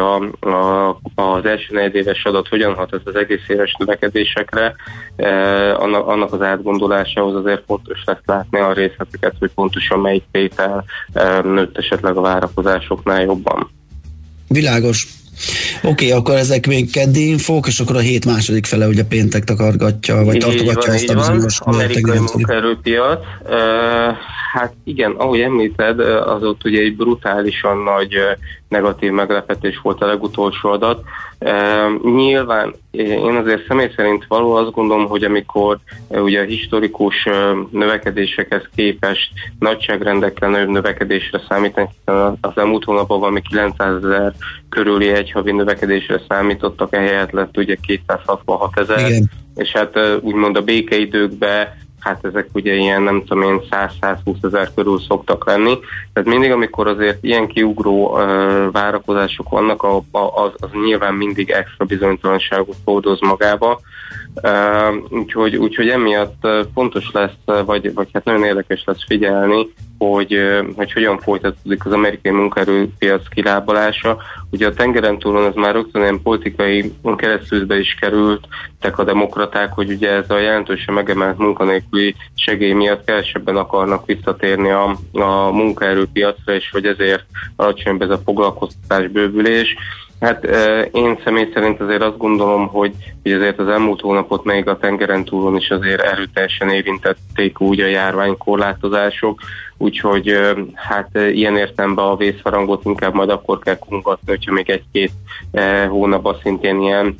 az első negyedéves adat hogyan hat az egész éves növekedésekre, annak az átgondolásához azért fontos lesz látni a részleteket, hogy pontosan melyik tétel nőtt esetleg a várakozásoknál jobban. Világos. Oké, akkor ezek még keddi infók, és akkor a hét második fele ugye péntek takargatja, vagy tartogatja ezt a bizonyos amerikai munkaerőpiac. Hát igen, ahogy említed, az ott ugye egy brutálisan nagy negatív meglepetés volt a legutolsó adat. Nyilván én azért személy szerint azt gondolom, hogy amikor ugye a historikus növekedésekhez képest nagyságrendekkel nagyobb növekedésre számítani, hiszen az elmúlt hónapban valami 900 000 körüli egyhavi növekedésre számítottak, ehelyett lett ugye 266 000, és hát úgymond a békeidőkben hát ezek ugye ilyen, nem tudom én, 100-120 000 körül szoktak lenni. Tehát mindig, amikor azért ilyen kiugró várakozások vannak, az nyilván mindig extra bizonytalanságot hordoz magába. Úgyhogy emiatt fontos lesz, vagy hát nagyon érdekes lesz figyelni, hogy hogyan folytatódik az amerikai munkaerőpiac kilábalása. Ugye a tengeren túlon ez már rögtön ilyen politikai keresztülbe is kerültek a demokraták, hogy ugye ez a jelentősen megemelt munkanélküli segély miatt kevesebben akarnak visszatérni a munkaerőpiacra, és hogy ezért alacsonyabb ez a foglalkoztatás bővülés. Hát én személy szerint azért azt gondolom, hogy azért az elmúlt hónapot még a tengeren túlon is azért erőteljesen érintették úgy a járványkorlátozások, úgyhogy hát ilyen értelemben a vészharangot inkább majd akkor kell kongatni, hogyha még egy-két hónapban szintén ilyen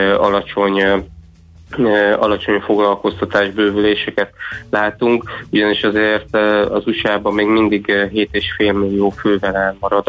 alacsony foglalkoztatásbővüléseket látunk, ugyanis azért az USA-ban még mindig 7,5 millió fővel elmarad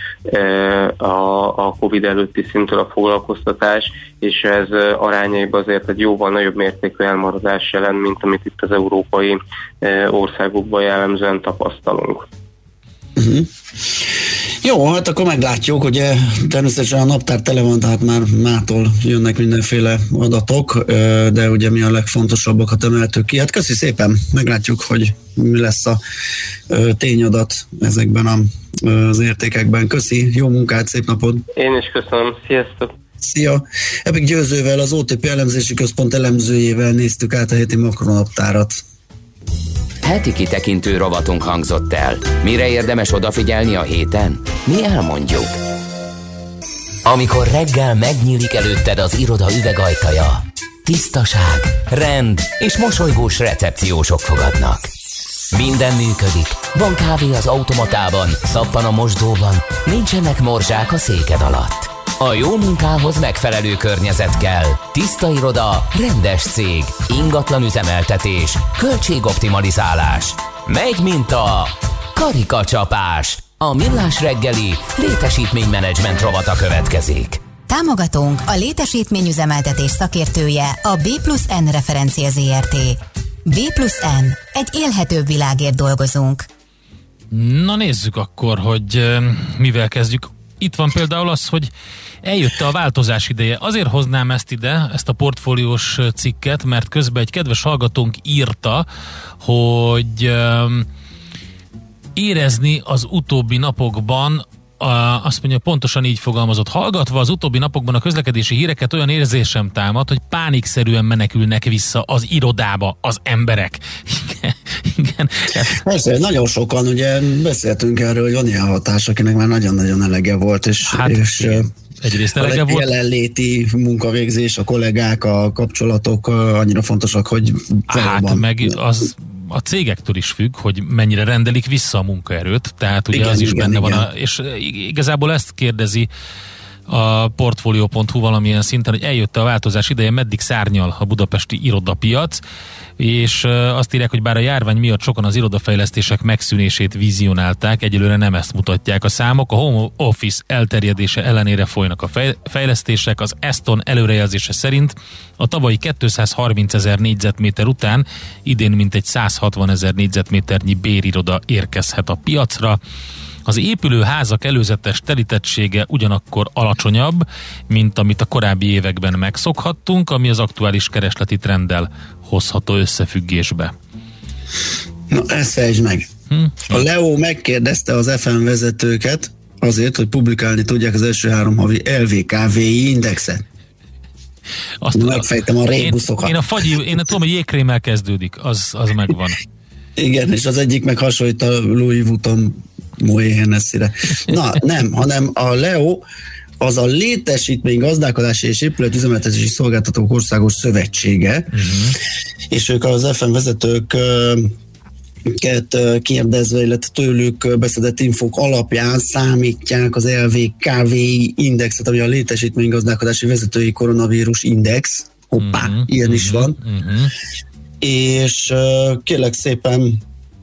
a Covid előtti szintől a foglalkoztatás, és ez arányaiban azért egy jóval nagyobb mértékű elmaradás jelent, mint amit itt az európai országokban jellemzően tapasztalunk. Uh-huh. Jó, hát akkor meglátjuk, ugye természetesen a naptár tele van, tehát már mától jönnek mindenféle adatok, de ugye mi a legfontosabbakat emeltük ki. Hát köszi szépen, meglátjuk, hogy mi lesz a tényadat ezekben az értékekben. Köszi, jó munkát, szép napot! Én is köszönöm, sziasztok! Szia! Epik Győzővel, az OTP elemzési központ elemzőjével néztük át a heti makronaptárat. Heti kitekintő rovatunk hangzott el. Mire érdemes odafigyelni a héten? Mi elmondjuk. Amikor reggel megnyílik előtted az iroda üvegajtaja, tisztaság, rend és mosolygós recepciósok fogadnak. Minden működik. Van kávé az automatában, szappan a mosdóban, nincsenek morzsák a széked alatt. A jó munkához megfelelő környezet kell. Tiszta iroda, rendes cég, ingatlan üzemeltetés, költségoptimalizálás. Megy, mint a karikacsapás. A Millás reggeli létesítménymenedzsment rovata következik. Támogatónk a létesítményüzemeltetés szakértője, a B+N Referencia Zrt. B+N. Egy élhetőbb világért dolgozunk. Na nézzük akkor, hogy mivel kezdjük. Itt van például az, hogy eljött a változás ideje. Azért hoznám ezt ide, ezt a portfóliós cikket, mert közben egy kedves hallgatónk írta, hogy érezni az utóbbi napokban, azt mondja, pontosan így fogalmazott, hallgatva az utóbbi napokban a közlekedési híreket, olyan érzésem támad, hogy pánikszerűen menekülnek vissza az irodába az emberek. Igen. Persze, nagyon sokan, ugye beszéltünk erről, hogy van ilyen hatás, akinek már nagyon-nagyon elege volt, és egyrészt elege volt. A jelenléti munkavégzés, a kollégák, a kapcsolatok annyira fontosak, hogy hát meg az a cégektől is függ, hogy mennyire rendelik vissza a munkaerőt, tehát ugye igen, az is igen, benne igen. Van, és igazából ezt kérdezi a Portfolio.hu valamilyen szinten, hogy eljött a változás ideje, meddig szárnyal a budapesti irodapiac, és azt írják, hogy bár a járvány miatt sokan az irodafejlesztések megszűnését vizionálták, egyelőre nem ezt mutatják a számok. A home office elterjedése ellenére folynak a fejlesztések. Az Eston előrejelzése szerint a tavalyi 230 000 négyzetméter után idén mintegy 160 000 négyzetméternyi bériroda érkezhet a piacra. Az épülő házak előzetes telítettsége ugyanakkor alacsonyabb, mint amit a korábbi években megszokhattunk, ami az aktuális keresleti trenddel hozható összefüggésbe. Na, ezt fejtsd meg. A Leo megkérdezte az FM vezetőket azért, hogy publikálni tudják az első 3 havi LVKV-i indexet. Azt megfejtem a rébuszokat. Én tudom, hogy jégkrémmel kezdődik, az megvan. Igen, és az egyik meg hasonlít a Louis Vuitton Moët Hennessy-re. Na, nem, hanem a Leo az a Létesítmény Gazdálkodási és Épületüzemeltetési Szolgáltatók Országos Szövetsége, és ők az FM vezetőket kérdezve, illetve tőlük beszedett infók alapján számítják az LVKV-i indexet, ami a Létesítmény Gazdálkodási Vezetői Koronavírus Index. Hoppá, ilyen is van. És kérlek szépen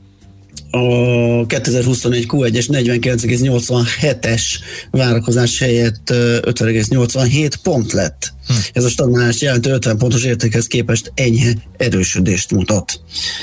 a 2021 Q1-es 49,87-es várakozás helyett 50,87 pont lett. Ez a stagnálást jelentő 50 pontos értékhez képest enyhe erősödést mutat.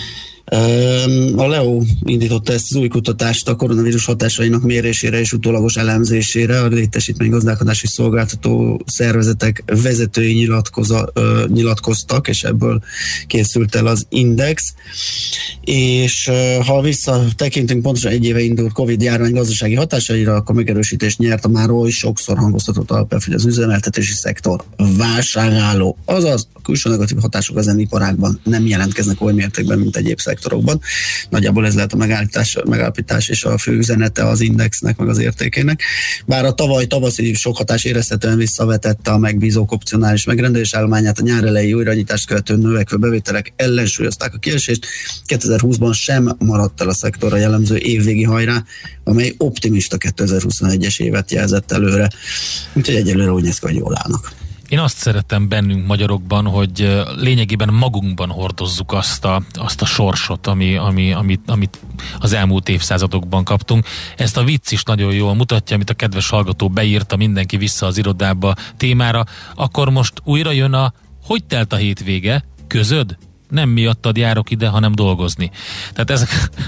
A Leo indította ezt az új kutatást a koronavírus hatásainak mérésére és utólagos elemzésére. A létesítménygazdálkodási szolgáltató szervezetek vezetői nyilatkoztak, és ebből készült el az index. És ha visszatekintünk, pontosan egy éve indult Covid-járvány gazdasági hatásaira, akkor megerősítést nyert a már oly sokszor hangoztatott alapelv, hogy az üzemeltetési szektor válságálló, azaz a külső negatív hatások ezen iparágban nem jelentkeznek oly mértékben, mint egyéb szektorok. szektorokban. Nagyjából ez lehet a megállapítás és a fő üzenete az indexnek, meg az értékének. Bár a tavaszi sok hatás érezhetően visszavetette a megbízók opcionális megrendelés állományát, a nyár elejé újranyitást követő növekvő bevételek ellensúlyozták a kiesést. 2020-ban sem maradt el a szektorra jellemző évvégi hajrá, amely optimista 2021-es évet jelzett előre. Úgyhogy egyelőre úgy néz ki, hogy jól állnak. Én azt szeretem bennünk magyarokban, hogy lényegében magunkban hordozzuk azt a sorsot, amit az elmúlt évszázadokban kaptunk. Ezt a vicc is nagyon jól mutatja, amit a kedves hallgató beírta, mindenki vissza az irodába témára. Akkor most újra jön hogy telt a hétvége? Közöd? Nem miattad járok ide, hanem dolgozni. Tehát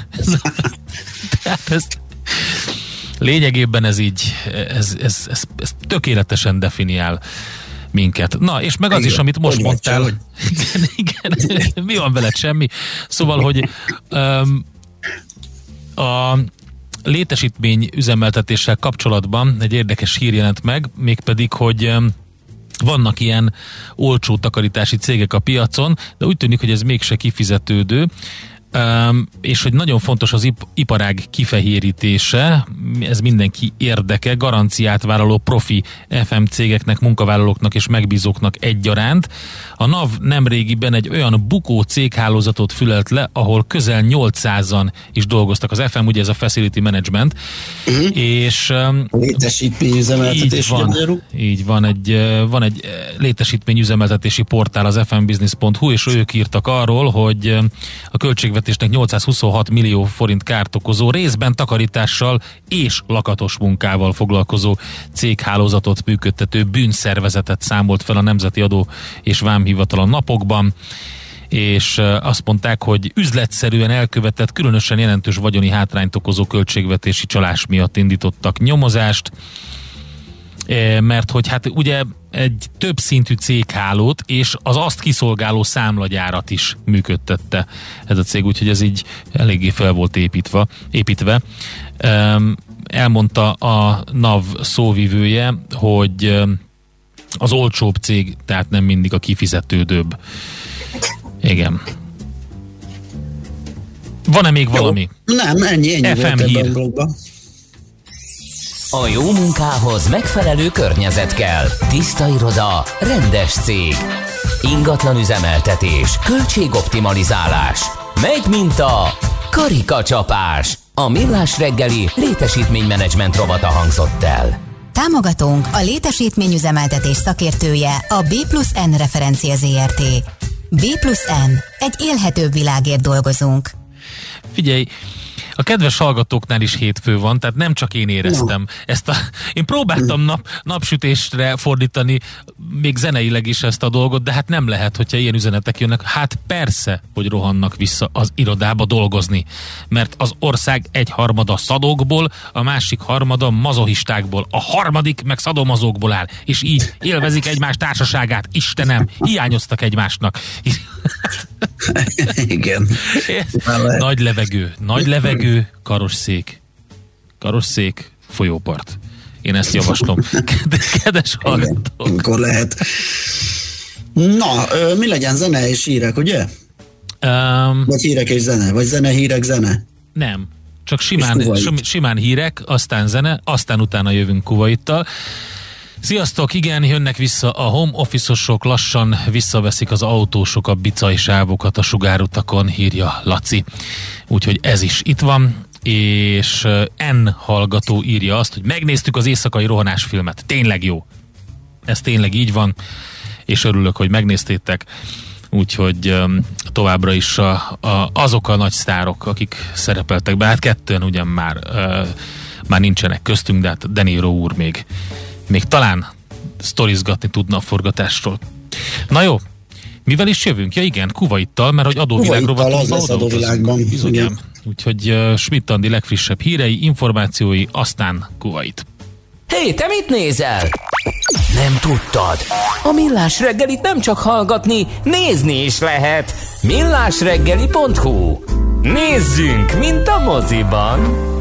ez lényegében ez így, ez tökéletesen definiál minket. Na, és meg az igen, is, amit most mondtál. Igen, mi van veled? Semmi. Szóval, hogy a létesítmény üzemeltetéssel kapcsolatban egy érdekes hír jelent meg, mégpedig, hogy vannak ilyen olcsó takarítási cégek a piacon, de úgy tűnik, hogy ez mégse kifizetődő, és hogy nagyon fontos az iparág kifehérítése, ez mindenki érdeke, garanciát vállaló profi FM cégeknek, munkavállalóknak és megbízóknak egyaránt. A NAV nemrégiben egy olyan bukó céghálózatot fülelt le, ahol közel 800-an is dolgoztak. Az FM ugye ez a Facility Management, és létesítményüzemeltetés. Így van egy létesítményüzemeltetési portál, az fmbusiness.hu, és ők írtak arról, hogy a költségvetésnek 826 millió forint kárt okozó, részben takarítással és lakatos munkával foglalkozó céghálózatot működtető bűnszervezetet számolt fel a Nemzeti Adó és Vámhivatal a napokban, és azt mondták, hogy üzletszerűen elkövetett, különösen jelentős vagyoni hátrányt okozó költségvetési csalás miatt indítottak nyomozást, mert hogy hát ugye egy több szintű céghálót és az azt kiszolgáló számlagyárat is működtette ez a cég, úgyhogy ez így eléggé fel volt építve. Elmondta a NAV szóvivője, hogy az olcsóbb cég, tehát nem mindig a kifizetődőbb. Igen. Van-e még valami? Nem, ennyi FM hír. A jó munkához megfelelő környezet kell. Tiszta iroda, rendes cég. Ingatlan üzemeltetés, költségoptimalizálás. Megy mint a karikacsapás. A Millás reggeli létesítménymenedzsment rovata hangzott el. Támogatónk a létesítményüzemeltetés szakértője, a B+N Referencia ZRT. B+N. Egy élhetőbb világért dolgozunk. Figyelj, a kedves hallgatóknál is hétfő van, tehát nem csak én éreztem én próbáltam napsütésre fordítani még zeneileg is ezt a dolgot, de hát nem lehet, hogyha ilyen üzenetek jönnek. Hát persze, hogy rohannak vissza az irodába dolgozni, mert az ország egy harmada szadókból, a másik harmada mazohistákból, a harmadik meg szadomazókból áll, és így élvezik egymás társaságát. Istenem, hiányoztak egymásnak. Igen. Nagy levegő, karosszék, folyópart. Én ezt javaslom. Kedves hallgatók. Amikor lehet. Na, mi legyen, zene és hírek, ugye? Vagy hírek és zene? Vagy zene, hírek, zene? Nem. Csak simán hírek, aztán zene, aztán utána jövünk Kuvaittal. Sziasztok, igen, jönnek vissza a home office-osok, lassan visszaveszik az autósok a bicai sávokat a sugárutakon, írja Laci. Úgyhogy ez is itt van, és N hallgató írja azt, hogy megnéztük az éjszakai rohanás filmet. Tényleg jó. Ez tényleg így van, és örülök, hogy megnéztétek. Úgyhogy továbbra is azok a nagy sztárok, akik szerepeltek be, hát kettőn ugyan már nincsenek köztünk, de hát De Niro úr még talán sztorizgatni tudna a forgatásról. Na jó, mivel is jövünk? Ja igen, Kuvaittal, mert hogy adóvilágról az lesz adóvilágban. Bizonyám. Úgyhogy Schmidt Andi legfrissebb hírei, információi, aztán Kuvait. Hé, te mit nézel? Nem tudtad? A Millás reggelit nem csak hallgatni, nézni is lehet. millásreggeli.hu. Nézzünk, mint a moziban!